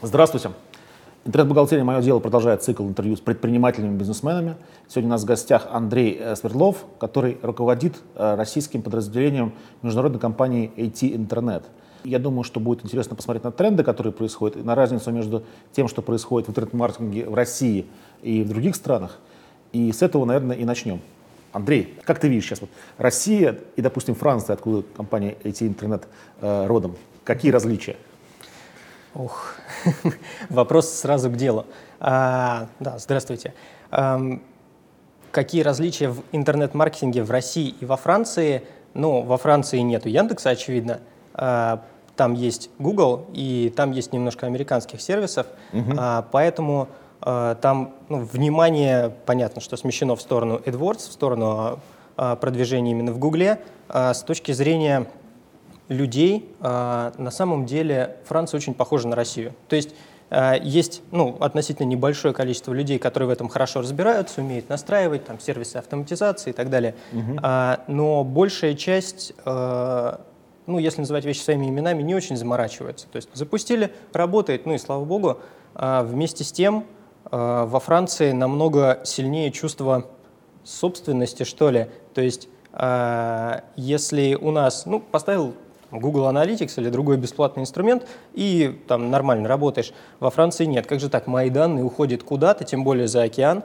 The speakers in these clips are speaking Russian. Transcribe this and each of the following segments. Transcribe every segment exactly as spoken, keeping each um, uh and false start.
Здравствуйте. Интернет-бухгалтерия «Мое дело» продолжает цикл интервью с предпринимателями и бизнесменами. Сегодня у нас в гостях Андрей Свердлов, который руководит российским подразделением международной компании эй ти Интернет. Я думаю, что будет интересно посмотреть на тренды, которые происходят, и на разницу между тем, что происходит в интернет-маркетинге в России и в других странах. И с этого, наверное, и начнем. Андрей, как ты видишь сейчас вот Россия и, допустим, Франция, откуда компания эй ти Интернет э, родом, какие различия? Ох, вопрос сразу к делу. А, да, здравствуйте. А, какие различия в интернет-маркетинге в России и во Франции? Ну, во Франции нету Яндекса, очевидно. А, там есть Google, и там есть немножко американских сервисов, угу. а, поэтому а, там ну, внимание, понятно, что смещено в сторону AdWords, в сторону а, продвижения именно в Гугле. А, с точки зрения людей, э, на самом деле Франция очень похожа на Россию. То есть э, есть ну, относительно небольшое количество людей, которые в этом хорошо разбираются, умеют настраивать там, сервисы автоматизации и так далее. Угу. А, но большая часть, э, ну, если называть вещи своими именами, не очень заморачивается. То есть запустили, работает, ну и слава богу. А вместе с тем э, во Франции намного сильнее чувство собственности, что ли. То есть э, если у нас, ну, поставил Google Analytics или другой бесплатный инструмент, и там нормально работаешь. Во Франции нет. Как же так? Мои данные уходят куда-то, тем более за океан.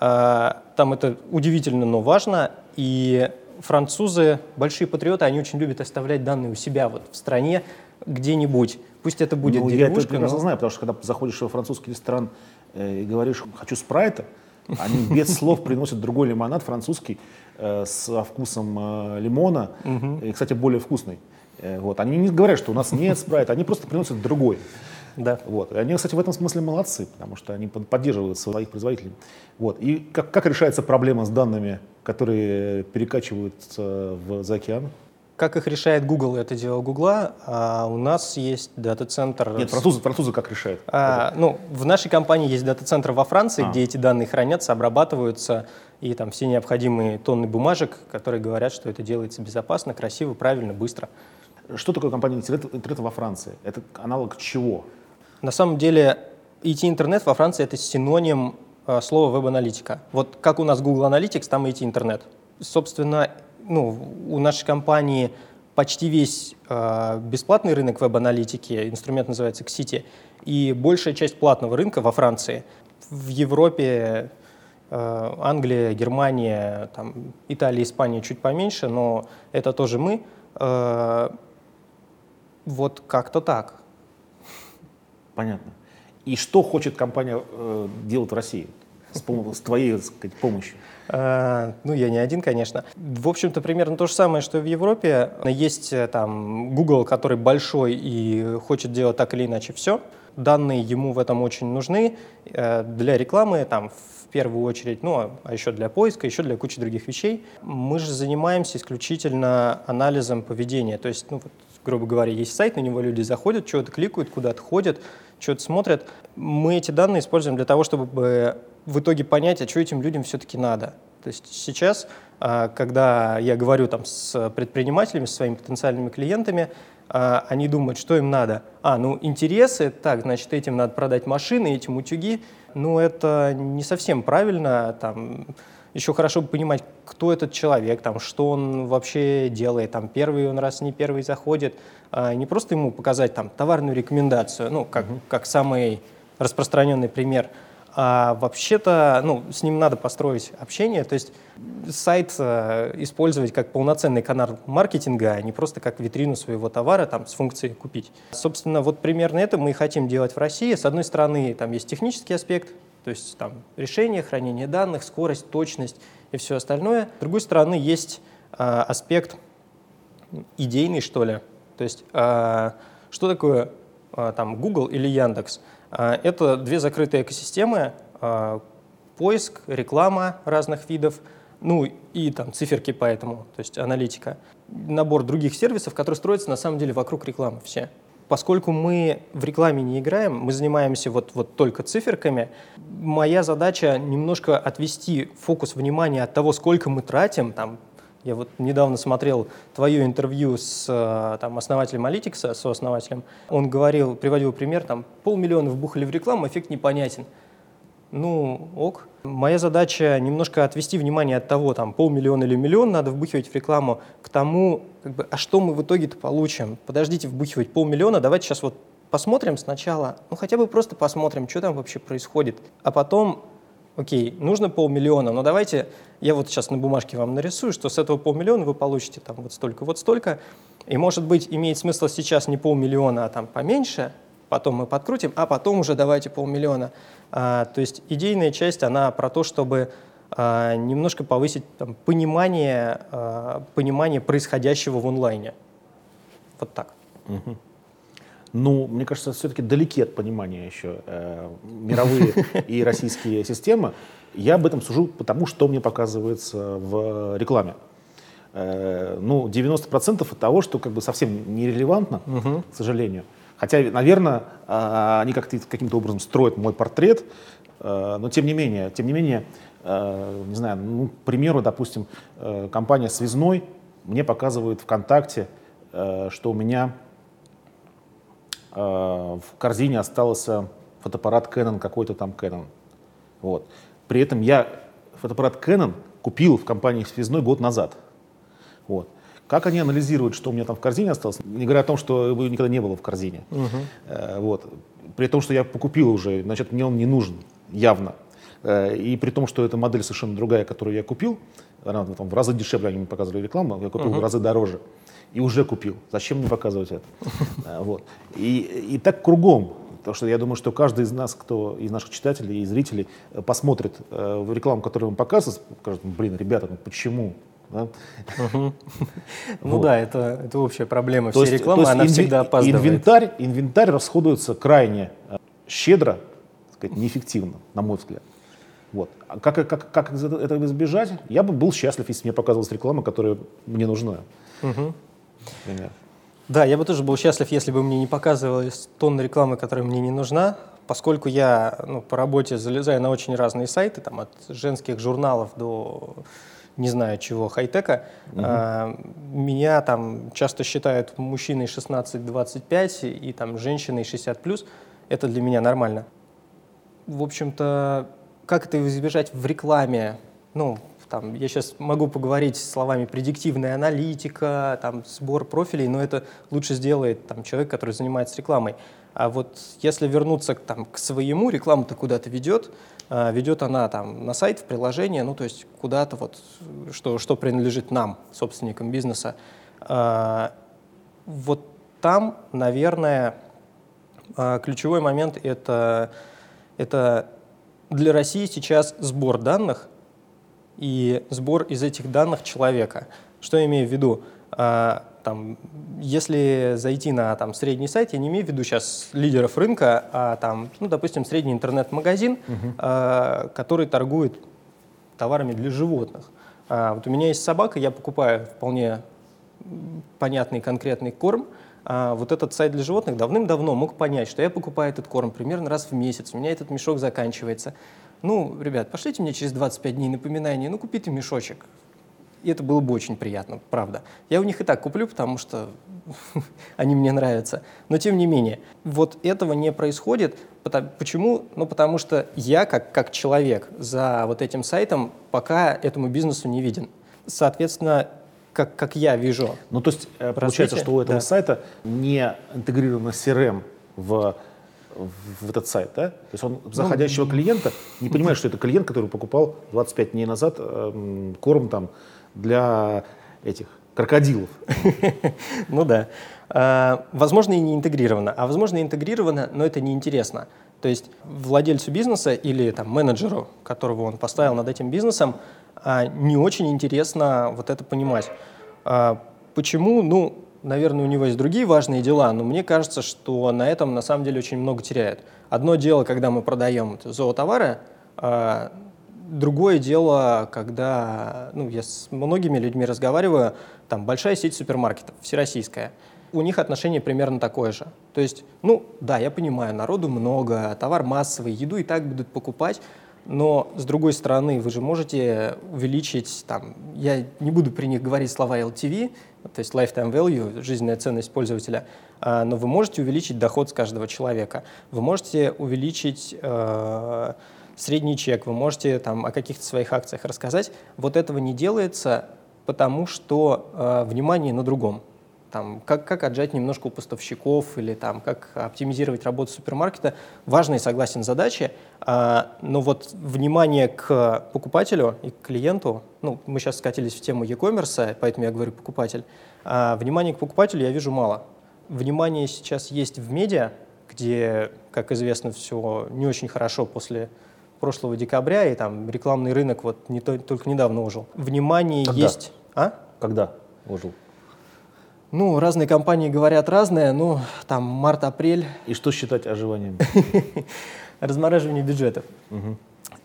Там это удивительно, но важно. И французы, большие патриоты, они очень любят оставлять данные у себя вот в стране где-нибудь. Пусть это будет ну, деревушка. Я это прекрасно но... знаю, потому что когда заходишь во французский ресторан э, и говоришь «хочу спрайта», они без слов приносят другой лимонад французский э, со вкусом э, лимона, и, кстати, более вкусный. Вот. Они не говорят, что у нас нет спрайта, они просто приносят другой. Да. Вот. И они, кстати, в этом смысле молодцы, потому что они поддерживают своих производителей. Вот. И как, как решается проблема с данными, которые перекачиваются в, за океан? Как их решает Google, это дело Гугла, а у нас есть дата-центр... Нет, французы, французы как решают? А, ну, в нашей компании есть дата-центр во Франции, а. где эти данные хранятся, обрабатываются, и там все необходимые тонны бумажек, которые говорят, что это делается безопасно, красиво, правильно, быстро. Что такое компания интернет во Франции? Это аналог чего? На самом деле эй ти Интернет во Франции — это синоним э, слова веб-аналитика. Вот как у нас Google Analytics, там эй ти Интернет. Собственно, ну, у нашей компании почти весь э, бесплатный рынок веб-аналитики, инструмент называется Xity, и большая часть платного рынка во Франции. В Европе э, Англия, Германия, там, Италия, Испания чуть поменьше, но это тоже мы. Э, Вот как-то так. Понятно. И что хочет компания э, делать в России с, с твоей, так сказать, помощью? А, ну, я не один, конечно. В общем-то, примерно то же самое, что и в Европе. Есть там Google, который большой и хочет делать так или иначе все. Данные ему в этом очень нужны э, для рекламы, там, в первую очередь, ну, а еще для поиска, еще для кучи других вещей. Мы же занимаемся исключительно анализом поведения. То есть, ну, вот, грубо говоря, есть сайт, на него люди заходят, что-то кликают, куда-то ходят, что-то смотрят. Мы эти данные используем для того, чтобы в итоге понять, а что этим людям все-таки надо. То есть сейчас, когда я говорю там с предпринимателями, со своими потенциальными клиентами, они думают, что им надо. А, ну интересы, так, значит, этим надо продать машины, этим утюги. Ну, это не совсем правильно. Там, еще хорошо бы понимать, кто этот человек, там, что он вообще делает. Там, первый он раз не первый заходит. А не просто ему показать там, товарную рекомендацию, ну, как, mm-hmm. как самый распространенный пример, а вообще-то ну, с ним надо построить общение. То есть сайт э, использовать как полноценный канал маркетинга, а не просто как витрину своего товара там, с функцией «купить». Собственно, вот примерно это мы и хотим делать в России. С одной стороны, там есть технический аспект, то есть там решение, хранение данных, скорость, точность и все остальное. С другой стороны, есть э, аспект идейный, что ли. То есть э, что такое э, там, Google или Яндекс? Э, это две закрытые экосистемы, э, поиск, реклама разных видов, ну и там циферки поэтому, то есть аналитика. Набор других сервисов, которые строятся на самом деле вокруг рекламы все. Поскольку мы в рекламе не играем, мы занимаемся вот, вот только циферками, моя задача немножко отвести фокус внимания от того, сколько мы тратим, там, Я вот недавно смотрел твое интервью с там, основателем Аlytics, сооснователем. Он говорил, приводил пример, там полмиллиона вбухали в рекламу, эффект непонятен. Ну, ок. Моя задача немножко отвести внимание от того, там, полмиллиона или миллион надо вбухивать в рекламу, к тому, как бы, а что мы в итоге-то получим? Подождите вбухивать полмиллиона, давайте сейчас вот посмотрим сначала, ну хотя бы просто посмотрим, что там вообще происходит. А потом, окей, нужно полмиллиона, но давайте, я вот сейчас на бумажке вам нарисую, что с этого полмиллиона вы получите там вот столько, вот столько. И может быть имеет смысл сейчас не полмиллиона, а там поменьше, потом мы подкрутим, а потом уже давайте полмиллиона. А, то есть идейная часть, она про то, чтобы а, немножко повысить там, понимание, а, понимание происходящего в онлайне. Вот так. Угу. Ну, мне кажется, все-таки далеки от понимания еще э, мировые и российские системы. Я об этом сужу потому, что мне показывается в рекламе. Э, ну, девяносто процентов от того, что как бы совсем нерелевантно, угу. к сожалению. Хотя, наверное, они как-то, каким-то образом строят мой портрет, но тем не менее, тем не менее, не знаю, ну, к примеру, допустим, компания «Связной» мне показывает ВКонтакте, что у меня в корзине остался фотоаппарат Canon, какой-то там Canon. Вот. При этом я фотоаппарат Canon купил в компании «Связной» год назад. Вот. Как они анализируют, что у меня там в корзине осталось, не говоря о том, что его никогда не было в корзине. Uh-huh. Вот. При том, что я покупил уже, значит, мне он не нужен, явно. И при том, что эта модель совершенно другая, которую я купил, она там в разы дешевле, они мне показывали рекламу, я купил uh-huh. в разы дороже. И уже купил. Зачем мне показывать это? Вот. И, и так кругом. Потому что я думаю, что каждый из нас, кто из наших читателей и зрителей посмотрит в рекламу, которую ему показывают, скажет, блин, ребята, ну почему? Да? Угу. Ну да, это, это общая проблема всей рекламы, она инви- всегда опаздывает. Инвентарь, инвентарь расходуется крайне щедро, так сказать, неэффективно, на мой взгляд. Вот. А как, как, как этого избежать? Я бы был счастлив, если мне показывалась реклама, которая мне нужна. Угу. Да, я бы тоже был счастлив, если бы мне не показывалась тонна рекламы, которая мне не нужна, поскольку я ну, по работе залезаю на очень разные сайты, там, от женских журналов до... не знаю чего, хай-тека. Угу. А, меня там часто считают мужчиной шестнадцать-двадцать пять и там женщиной шестьдесят плюс. Это для меня нормально. В общем-то, как это избежать в рекламе? Ну, там, я сейчас могу поговорить словами предиктивная аналитика, там, сбор профилей, но это лучше сделает там, человек, который занимается рекламой. А вот если вернуться там, к своему, реклама-то куда-то ведет, ведет она там на сайт, в приложение, ну то есть куда-то вот, что, что принадлежит нам, собственникам бизнеса. Вот там, наверное, ключевой момент это, это для России сейчас сбор данных и сбор из этих данных человека. Что я имею в виду? Там, если зайти на там, средний сайт, я не имею в виду сейчас лидеров рынка, а там, ну, допустим, средний интернет-магазин, uh-huh. а, который торгует товарами для животных. А, вот у меня есть собака, я покупаю вполне понятный конкретный корм. А, вот этот сайт для животных давным-давно мог понять, что я покупаю этот корм примерно раз в месяц, у меня этот мешок заканчивается. Ну, ребят, пошлите мне через двадцать пять дней напоминание, ну, купи ты мешочек. И это было бы очень приятно, правда. Я у них и так куплю, потому что они мне нравятся. Но тем не менее, вот этого не происходит. Почему? Ну, потому что я, как, как человек, за вот этим сайтом пока этому бизнесу не виден. Соответственно, как, как я вижу. Ну, то есть, получается, что у этого да. сайта не интегрировано си эр эм в, в этот сайт, да? То есть он заходящего ну, клиента не понимает, что это клиент, который покупал двадцать пять дней назад э, корм там, для этих крокодилов. Ну да. А, возможно, и не интегрировано. А возможно, и интегрировано, но это неинтересно. То есть владельцу бизнеса или там, менеджеру, которого он поставил над этим бизнесом, а, не очень интересно вот это понимать. А, почему? Ну, наверное, у него есть другие важные дела, но мне кажется, что на этом на самом деле очень много теряет. Одно дело, когда мы продаем зоотовары, а, другое дело, когда, ну, я с многими людьми разговариваю, там большая сеть супермаркетов, всероссийская, у них отношение примерно такое же. То есть, ну, да, я понимаю, народу много, товар массовый, еду и так будут покупать, Но, с другой стороны, вы же можете увеличить, там, я не буду при них говорить слова эл ти ви, то есть lifetime value, жизненная ценность пользователя, а, но вы можете увеличить доход с каждого человека, вы можете увеличить э, средний чек, вы можете там, о каких-то своих акциях рассказать. Вот этого не делается, потому что э, внимание на другом. Там, как, как отжать немножко у поставщиков или там, как оптимизировать работу супермаркета. Важные, согласен, задачи, а, но вот внимание к покупателю и к клиенту, ну, мы сейчас скатились в тему e-commerce, поэтому я говорю покупатель, а, внимание к покупателю я вижу мало. Внимание сейчас есть в медиа, где, как известно, все не очень хорошо после прошлого декабря, и там рекламный рынок вот не то, только недавно ожил. Внимание Когда? есть... А? Когда ожил? Ну, разные компании говорят разное, ну, там, март-апрель. И что считать оживанием? Размораживание бюджетов. Угу.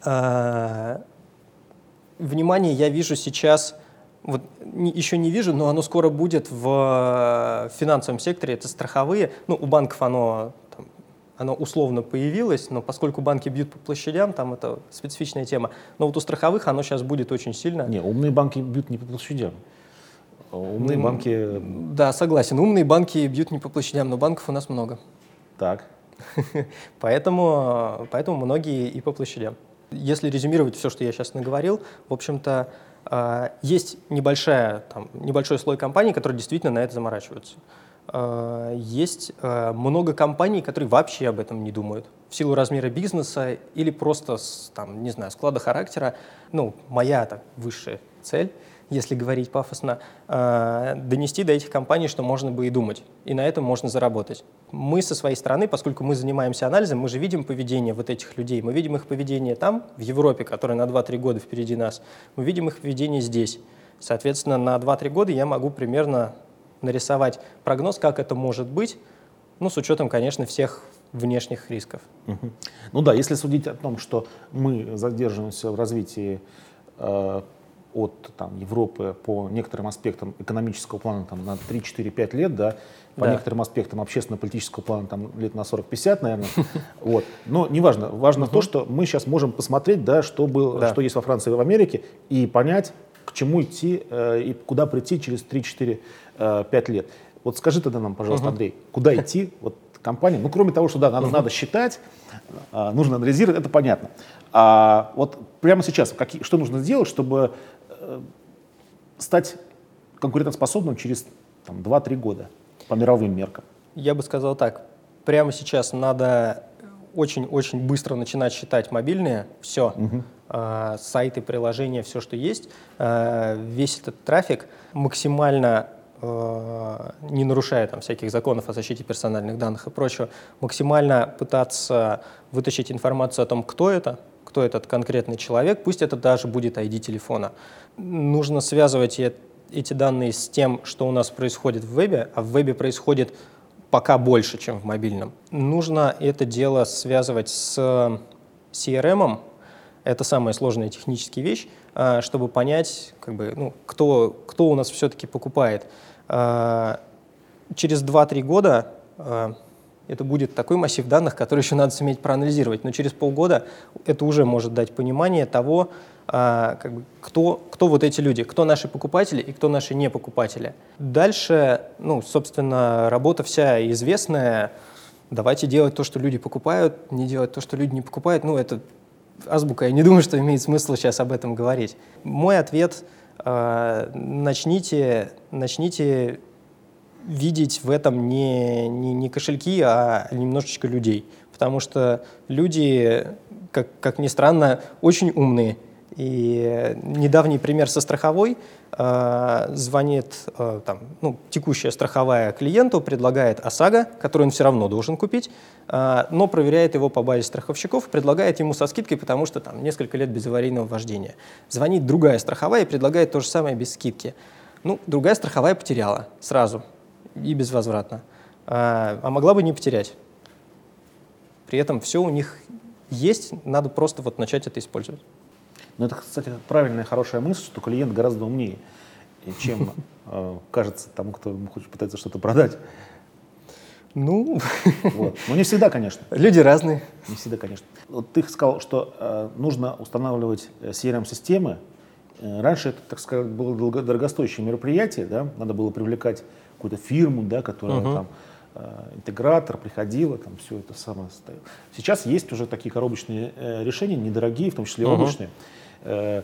А, внимание я вижу сейчас, вот не, еще не вижу, но оно скоро будет в финансовом секторе, это страховые. Ну, у банков оно, там, оно условно появилось, но поскольку банки бьют по площадям, там это специфичная тема. Но вот у страховых оно сейчас будет очень сильно. Не, умные банки бьют не по площадям. Умные ну, банки... Да, согласен. Умные банки бьют не по площадям, но банков у нас много. Так. Поэтому, поэтому многие и по площадям. Если резюмировать все, что я сейчас наговорил, в общем-то, есть небольшая, там, небольшой слой компаний, которые действительно на это заморачиваются. Есть много компаний, которые вообще об этом не думают. В силу размера бизнеса или просто, там, не знаю, склада характера. Ну, моя так, высшая цель, если говорить пафосно, донести до этих компаний, что можно бы и думать, и на этом можно заработать. Мы со своей стороны, поскольку мы занимаемся анализом, мы же видим поведение вот этих людей, мы видим их поведение там, в Европе, которая на два-три года впереди нас, мы видим их поведение здесь. Соответственно, на два-три года я могу примерно нарисовать прогноз, как это может быть, ну, с учетом, конечно, всех внешних рисков. Угу. Ну да, если судить о том, что мы задерживаемся в развитии э, от там, Европы по некоторым аспектам экономического плана там, на три-четыре-пять лет, да, по да. некоторым аспектам общественно-политического плана там, лет на сорок-пятьдесят, наверное. Вот. Но неважно. Важно uh-huh. то, что мы сейчас можем посмотреть, да, что, было, да. что есть во Франции и в Америке, и понять, к чему идти э, и куда прийти через три-четыре-пять лет. Вот скажи тогда нам, пожалуйста, uh-huh. Андрей, куда идти вот, компаниям? Ну, кроме того, что да, надо, uh-huh. надо считать, э, нужно анализировать, это понятно. А вот прямо сейчас, какие, что нужно сделать, чтобы стать конкурентоспособным через там, два-три года по мировым меркам? Я бы сказал так. Прямо сейчас надо очень-очень быстро начинать считать мобильные. Все. Угу. Э, сайты, приложения, все, что есть. Э, весь этот трафик максимально, э, не нарушая там, всяких законов о защите персональных данных и прочего, максимально пытаться вытащить информацию о том, кто это, кто этот конкретный человек, пусть это даже будет ай ди телефона. Нужно связывать эти данные с тем, что у нас происходит в вебе, а в вебе происходит пока больше, чем в мобильном. Нужно это дело связывать с си ар эм, это самая сложная техническая вещь, чтобы понять, как бы, ну, кто, кто у нас все-таки покупает. Через два-три года это будет такой массив данных, который еще надо суметь проанализировать. Но через полгода это уже может дать понимание того, а, как бы, кто, кто вот эти люди, кто наши покупатели и кто наши не покупатели. Дальше, ну, собственно, работа вся известная. Давайте делать то, что люди покупают, не делать то, что люди не покупают. Ну, это азбука. Я не думаю, что имеет смысл сейчас об этом говорить. Мой ответ а, – начните, начните видеть в этом не, не, не кошельки, а немножечко людей. Потому что люди, как, как ни странно, очень умные. И недавний пример со страховой. Э, звонит э, там, ну, текущая страховая клиенту, предлагает ОСАГО, который он все равно должен купить, э, но проверяет его по базе страховщиков, предлагает ему со скидкой, потому что там несколько лет безаварийного вождения. Звонит другая страховая и предлагает то же самое без скидки. Ну, другая страховая потеряла сразу и безвозвратно, а, а могла бы не потерять. При этом все у них есть, надо просто вот начать это использовать. Ну, это, кстати, правильная, хорошая мысль, что клиент гораздо умнее, чем кажется тому, кто хочет пытаться что-то продать. Ну, Вот. Но не всегда, конечно. люди разные. Не всегда, конечно. Вот ты сказал, что э, нужно устанавливать си эр эм-системы. Э, раньше это, так сказать, было долго, дорогостоящее мероприятие, да? Надо было привлекать какую-то фирму, да, которая Uh-huh. там э, интегратор приходила, там все это самое стояло. Сейчас есть уже такие коробочные э, решения, недорогие, в том числе Uh-huh. облачные. Э,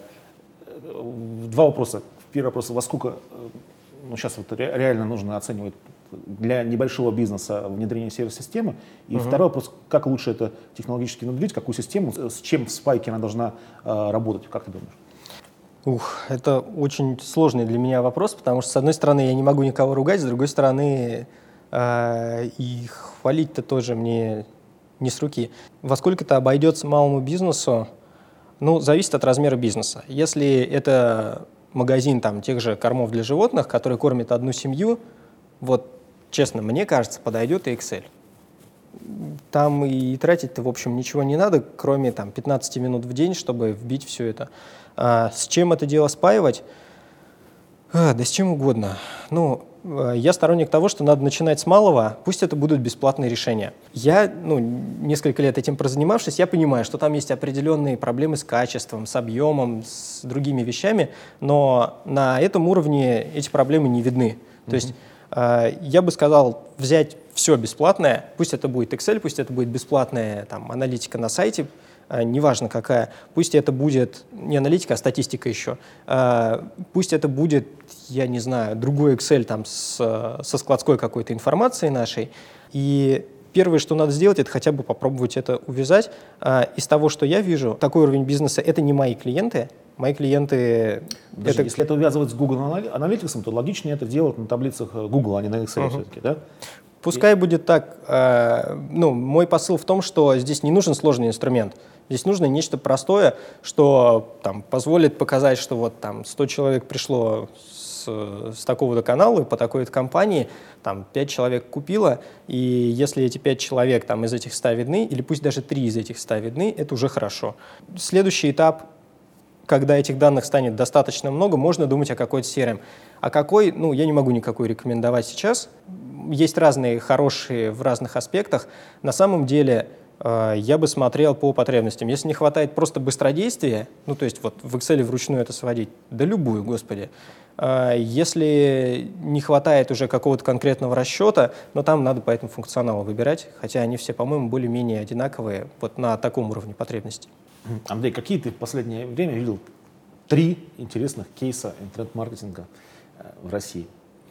два вопроса. Первый вопрос: во сколько, э, ну сейчас вот ре, реально нужно оценивать для небольшого бизнеса внедрение сервис-системы? И Uh-huh. второй вопрос: как лучше это технологически внедрить, какую систему, с чем в спайке она должна э, работать, как ты думаешь? Ух, это очень сложный для меня вопрос, потому что, с одной стороны, я не могу никого ругать, с другой стороны, э, и хвалить-то тоже мне не с руки. Во сколько это обойдется малому бизнесу? Ну, зависит от размера бизнеса. Если это магазин там, тех же кормов для животных, который кормит одну семью, вот, честно, мне кажется, подойдет и Excel. Там и тратить-то, в общем, ничего не надо, кроме там, пятнадцати минут в день, чтобы вбить все это. А с чем это дело спаивать? А, да с чем угодно. Ну, я сторонник того, что надо начинать с малого, пусть это будут бесплатные решения. Я, ну, несколько лет этим прозанимавшись, я понимаю, что там есть определенные проблемы с качеством, с объемом, с другими вещами, но на этом уровне эти проблемы не видны. Mm-hmm. То есть э, я бы сказал взять все бесплатное, пусть это будет Excel, пусть это будет бесплатная там, аналитика на сайте, неважно какая, пусть это будет не аналитика, а статистика еще, пусть это будет, я не знаю, другой Excel там с, со складской какой-то информацией нашей, и первое, что надо сделать, это хотя бы попробовать это увязать. Из того, что я вижу, такой уровень бизнеса — это не мои клиенты, мои клиенты… Подожди, это... Если это увязывать с Google Analytics, то логичнее это делать на таблицах Google, а не на Excel uh-huh. все-таки, да? Пускай и... будет так. Ну, мой посыл в том, что здесь не нужен сложный инструмент. Здесь нужно нечто простое, что там, позволит показать, что вот там сто человек пришло с, с такого-то канала по такой-то компании, там пять человек купило, и если эти пять человек там, из этих ста видны, или пусть даже три из этих ста видны, это уже хорошо. Следующий этап, когда этих данных станет достаточно много, можно думать о какой-то си эр эм. А какой, ну, я не могу никакой рекомендовать сейчас. Есть разные хорошие в разных аспектах. На самом деле я бы смотрел по потребностям. Если не хватает просто быстродействия, ну, то есть вот в Excel вручную это сводить, да любую, господи. Если не хватает уже какого-то конкретного расчета, но там надо по этому функционалу выбирать, хотя они все, по-моему, более-менее одинаковые вот на таком уровне потребностей. Андрей, какие ты в последнее время видел три интересных кейса интернет-маркетинга в России?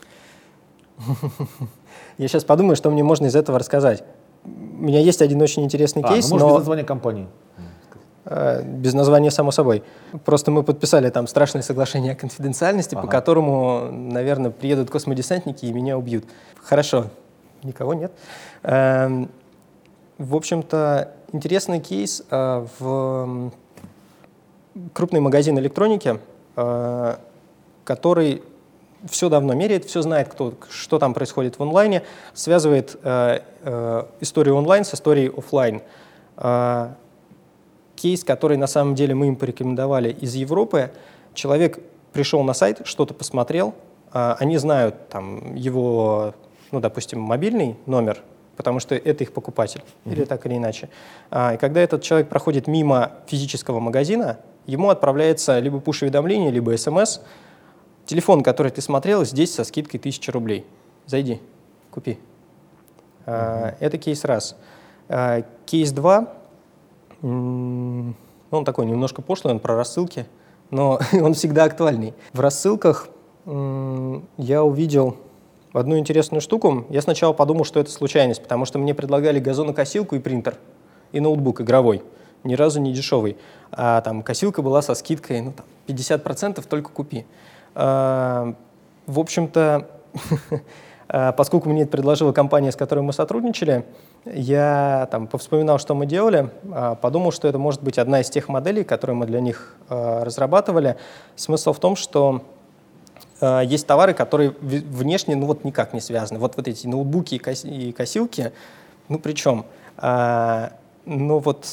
Я сейчас подумаю, что мне можно из этого рассказать. У меня есть один очень интересный а, кейс, ну, может, но… без названия компании. Без названия, само собой. Просто мы подписали там страшное соглашение о конфиденциальности, ага. по которому, наверное, приедут космодесантники и меня убьют. Хорошо. Никого нет. В общем-то, интересный кейс. В крупный магазин электроники, который все давно меряет, все знает, кто, что там происходит в онлайне, связывает э, э, историю онлайн с историей офлайн. Э, кейс, который на самом деле мы им порекомендовали из Европы. Человек пришел на сайт, что-то посмотрел, э, они знают там, его, ну, допустим, мобильный номер, потому что это их покупатель, mm-hmm. или так или иначе. Э, и когда этот человек проходит мимо физического магазина, ему отправляется либо пуш-уведомление, либо эс эм эс. Телефон, который ты смотрел, здесь со скидкой тысяча рублей. Зайди, купи. Mm-hmm. Это кейс раз. Кейс два, он такой немножко пошлый, он про рассылки, но он всегда актуальный. В рассылках я увидел одну интересную штуку. Я сначала подумал, что это случайность, потому что мне предлагали газонокосилку и принтер, и ноутбук игровой. Ни разу не дешевый. А там косилка была со скидкой, ну, там, пятьдесят процентов только купи. В общем-то, поскольку мне это предложила компания, с которой мы сотрудничали, я там повспоминал, что мы делали, подумал, что это может быть одна из тех моделей, которые мы для них разрабатывали. Смысл в том, что есть товары, которые внешне ну, вот никак не связаны. Вот, вот эти ноутбуки и косилки, ну причем Ну вот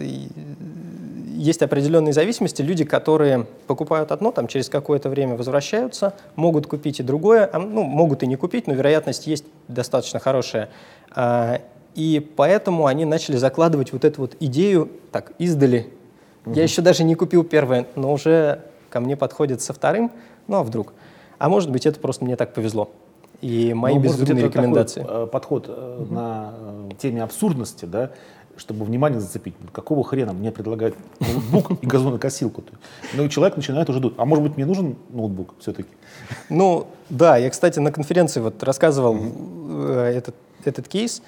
есть определенные зависимости. Люди, которые покупают одно, там через какое-то время возвращаются, могут купить и другое, ну, могут и не купить, но вероятность есть достаточно хорошая. И поэтому они начали закладывать вот эту вот идею так издали. Угу. Я еще даже не купил первое, но уже ко мне подходит со вторым, ну а вдруг? А может быть, это просто мне так повезло. И мои ну, безумные рекомендации. Такой подход угу. на теме абсурдности, да, чтобы внимание зацепить. Какого хрена мне предлагают ноутбук и газонокосилку? Ну и человек начинает уже думать, а может быть мне нужен ноутбук все-таки? Ну да, я, кстати, на конференции вот рассказывал mm-hmm. этот, этот кейс.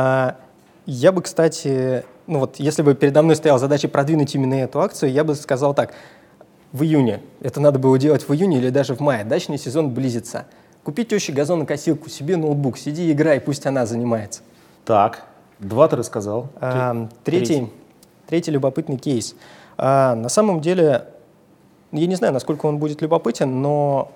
Я бы, кстати, ну вот если бы передо мной стояла задача продвинуть именно эту акцию, я бы сказал так, в июне, это надо было делать в июне или даже в мае, дачный сезон близится. Купи теще газонокосилку, себе ноутбук, сиди, играй, пусть она занимается. Так. Два ты рассказал. А, третий, третий. третий любопытный кейс. А, на самом деле, я не знаю, насколько он будет любопытен, но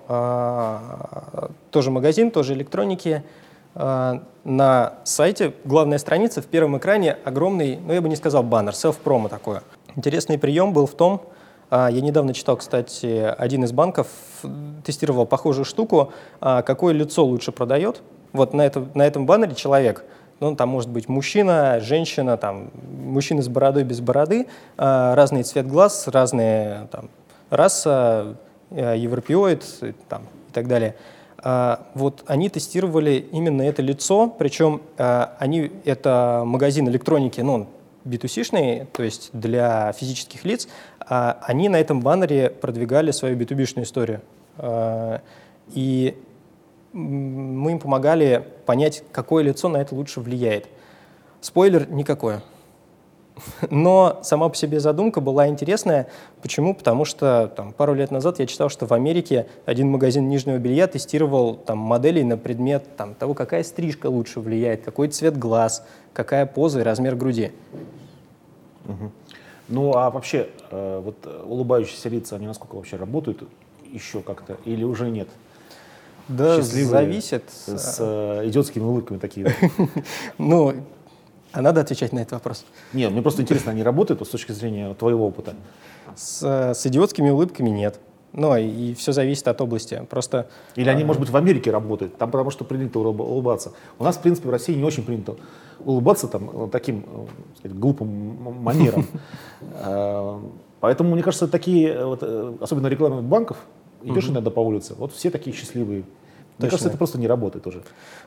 а, тоже магазин, тоже электроники. А, на сайте главная страница, в первом экране огромный, ну я бы не сказал баннер, селф-промо такое. Интересный прием был в том, а, я недавно читал, кстати, один из банков тестировал похожую штуку, а, какое лицо лучше продает. Вот на, это, на этом баннере человек. Ну, там может быть мужчина, женщина, там, мужчина с бородой, без бороды, э, разный цвет глаз, разная там, раса, э, европеоид там, и так далее. Э, вот они тестировали именно это лицо, причем э, они, это магазин электроники, ну, он би ту си-шный, то есть для физических лиц, э, они на этом баннере продвигали свою би ту би-шную историю. Э, и мы им помогали понять, какое лицо на это лучше влияет. Спойлер – никакое. Но сама по себе задумка была интересная. Почему? Потому что там, пару лет назад я читал, что в Америке один магазин нижнего белья тестировал там, модели на предмет там, того, какая стрижка лучше влияет, какой цвет глаз, какая поза и размер груди. Угу. Ну а вообще, э, вот улыбающиеся лица, они насколько вообще работают еще как-то или уже нет? Да, зависит. С э, идиотскими улыбками такие. Ну, а надо отвечать на этот вопрос? Нет, мне просто интересно, они работают с точки зрения твоего опыта? С, с идиотскими улыбками нет. Ну, и, и все зависит от области. Просто, Или они, а, может быть, в Америке работают, там потому что принято улыбаться. У нас, в принципе, в России не очень принято улыбаться там, таким, так сказать, глупым манером. Поэтому, мне кажется, такие, особенно рекламы банков, идешь иногда по улице, вот все такие счастливые. Мне Точно. кажется, это просто не работает уже.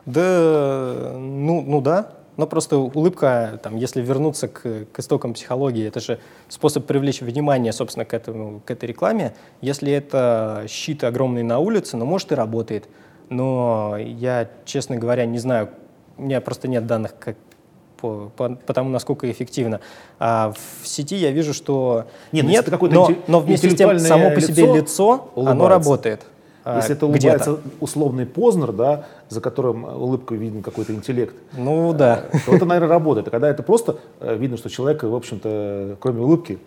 Да, ну, ну да. Но просто улыбка, там, если вернуться к, к истокам психологии, это же способ привлечь внимание, собственно, к, этому, к этой рекламе. Если это щит огромный на улице, ну, может, и работает. Но я, честно говоря, не знаю, у меня просто нет данных как, по, по, по тому, насколько эффективно. А в сети я вижу, что нет, нет, но, но вместе с тем само по себе лицо, лицо оно работает. Если это улыбается условный Познер, да, за которым улыбкой виден какой-то интеллект, ну, да. то это, наверное, работает. А когда это просто видно, что человек, в общем-то, кроме улыбки,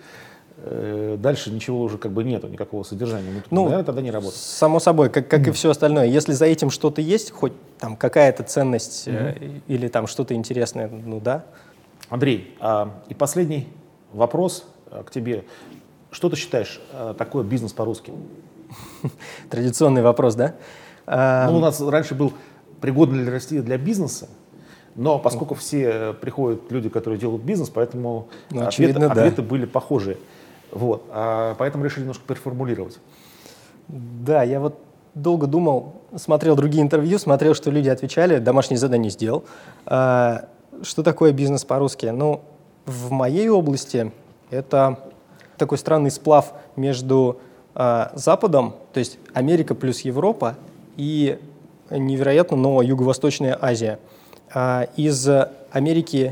дальше ничего уже как бы нету, никакого содержания. Ну, ну, наверное, тогда не работает. Само собой, как, как mm-hmm. и все остальное. Если за этим что-то есть, хоть там какая-то ценность mm-hmm. или там что-то интересное, ну да. Андрей, а, и последний вопрос к тебе. Что ты считаешь такое бизнес по-русски? Традиционный вопрос, да? Ну, у нас раньше был пригодный ли Россия для бизнеса, но поскольку все приходят люди, которые делают бизнес, поэтому ну, очевидно, ответы, да. ответы были похожие. Вот. А поэтому решили немножко переформулировать. Да, я вот долго думал, смотрел другие интервью, смотрел, что люди отвечали, домашнее задание сделал. А, что такое бизнес по-русски? Ну, в моей области это такой странный сплав между а, Западом, то есть Америка плюс Европа, и невероятно, но Юго-Восточная Азия. А, из Америки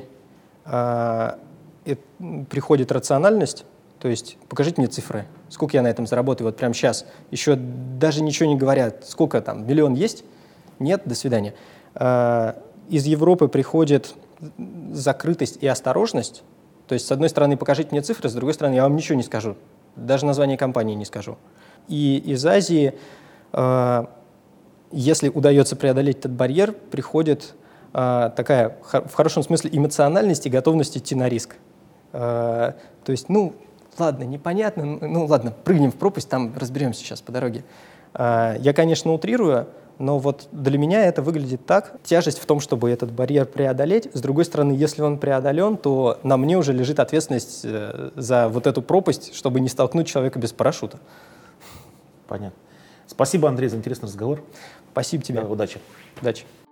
а, это, приходит рациональность, то есть покажите мне цифры, сколько я на этом заработаю вот прямо сейчас. Еще даже ничего не говорят, сколько там, миллион есть? Нет, до свидания. А, из Европы приходит закрытость и осторожность. То есть, с одной стороны, покажите мне цифры, с другой стороны, я вам ничего не скажу. Даже название компании не скажу. И из Азии, э, если удается преодолеть этот барьер, приходит э, такая, в хорошем смысле, эмоциональность и готовность идти на риск. Э, то есть, ну, ладно, непонятно, ну, ладно, прыгнем в пропасть, там разберемся сейчас по дороге. Э, я, конечно, утрирую, но вот для меня это выглядит так. Тяжесть в том, чтобы этот барьер преодолеть. С другой стороны, если он преодолен, то на мне уже лежит ответственность э, за вот эту пропасть, чтобы не столкнуть человека без парашюта. Понятно. Спасибо, Андрей, за интересный разговор. Спасибо тебе. Да, удачи. Удачи.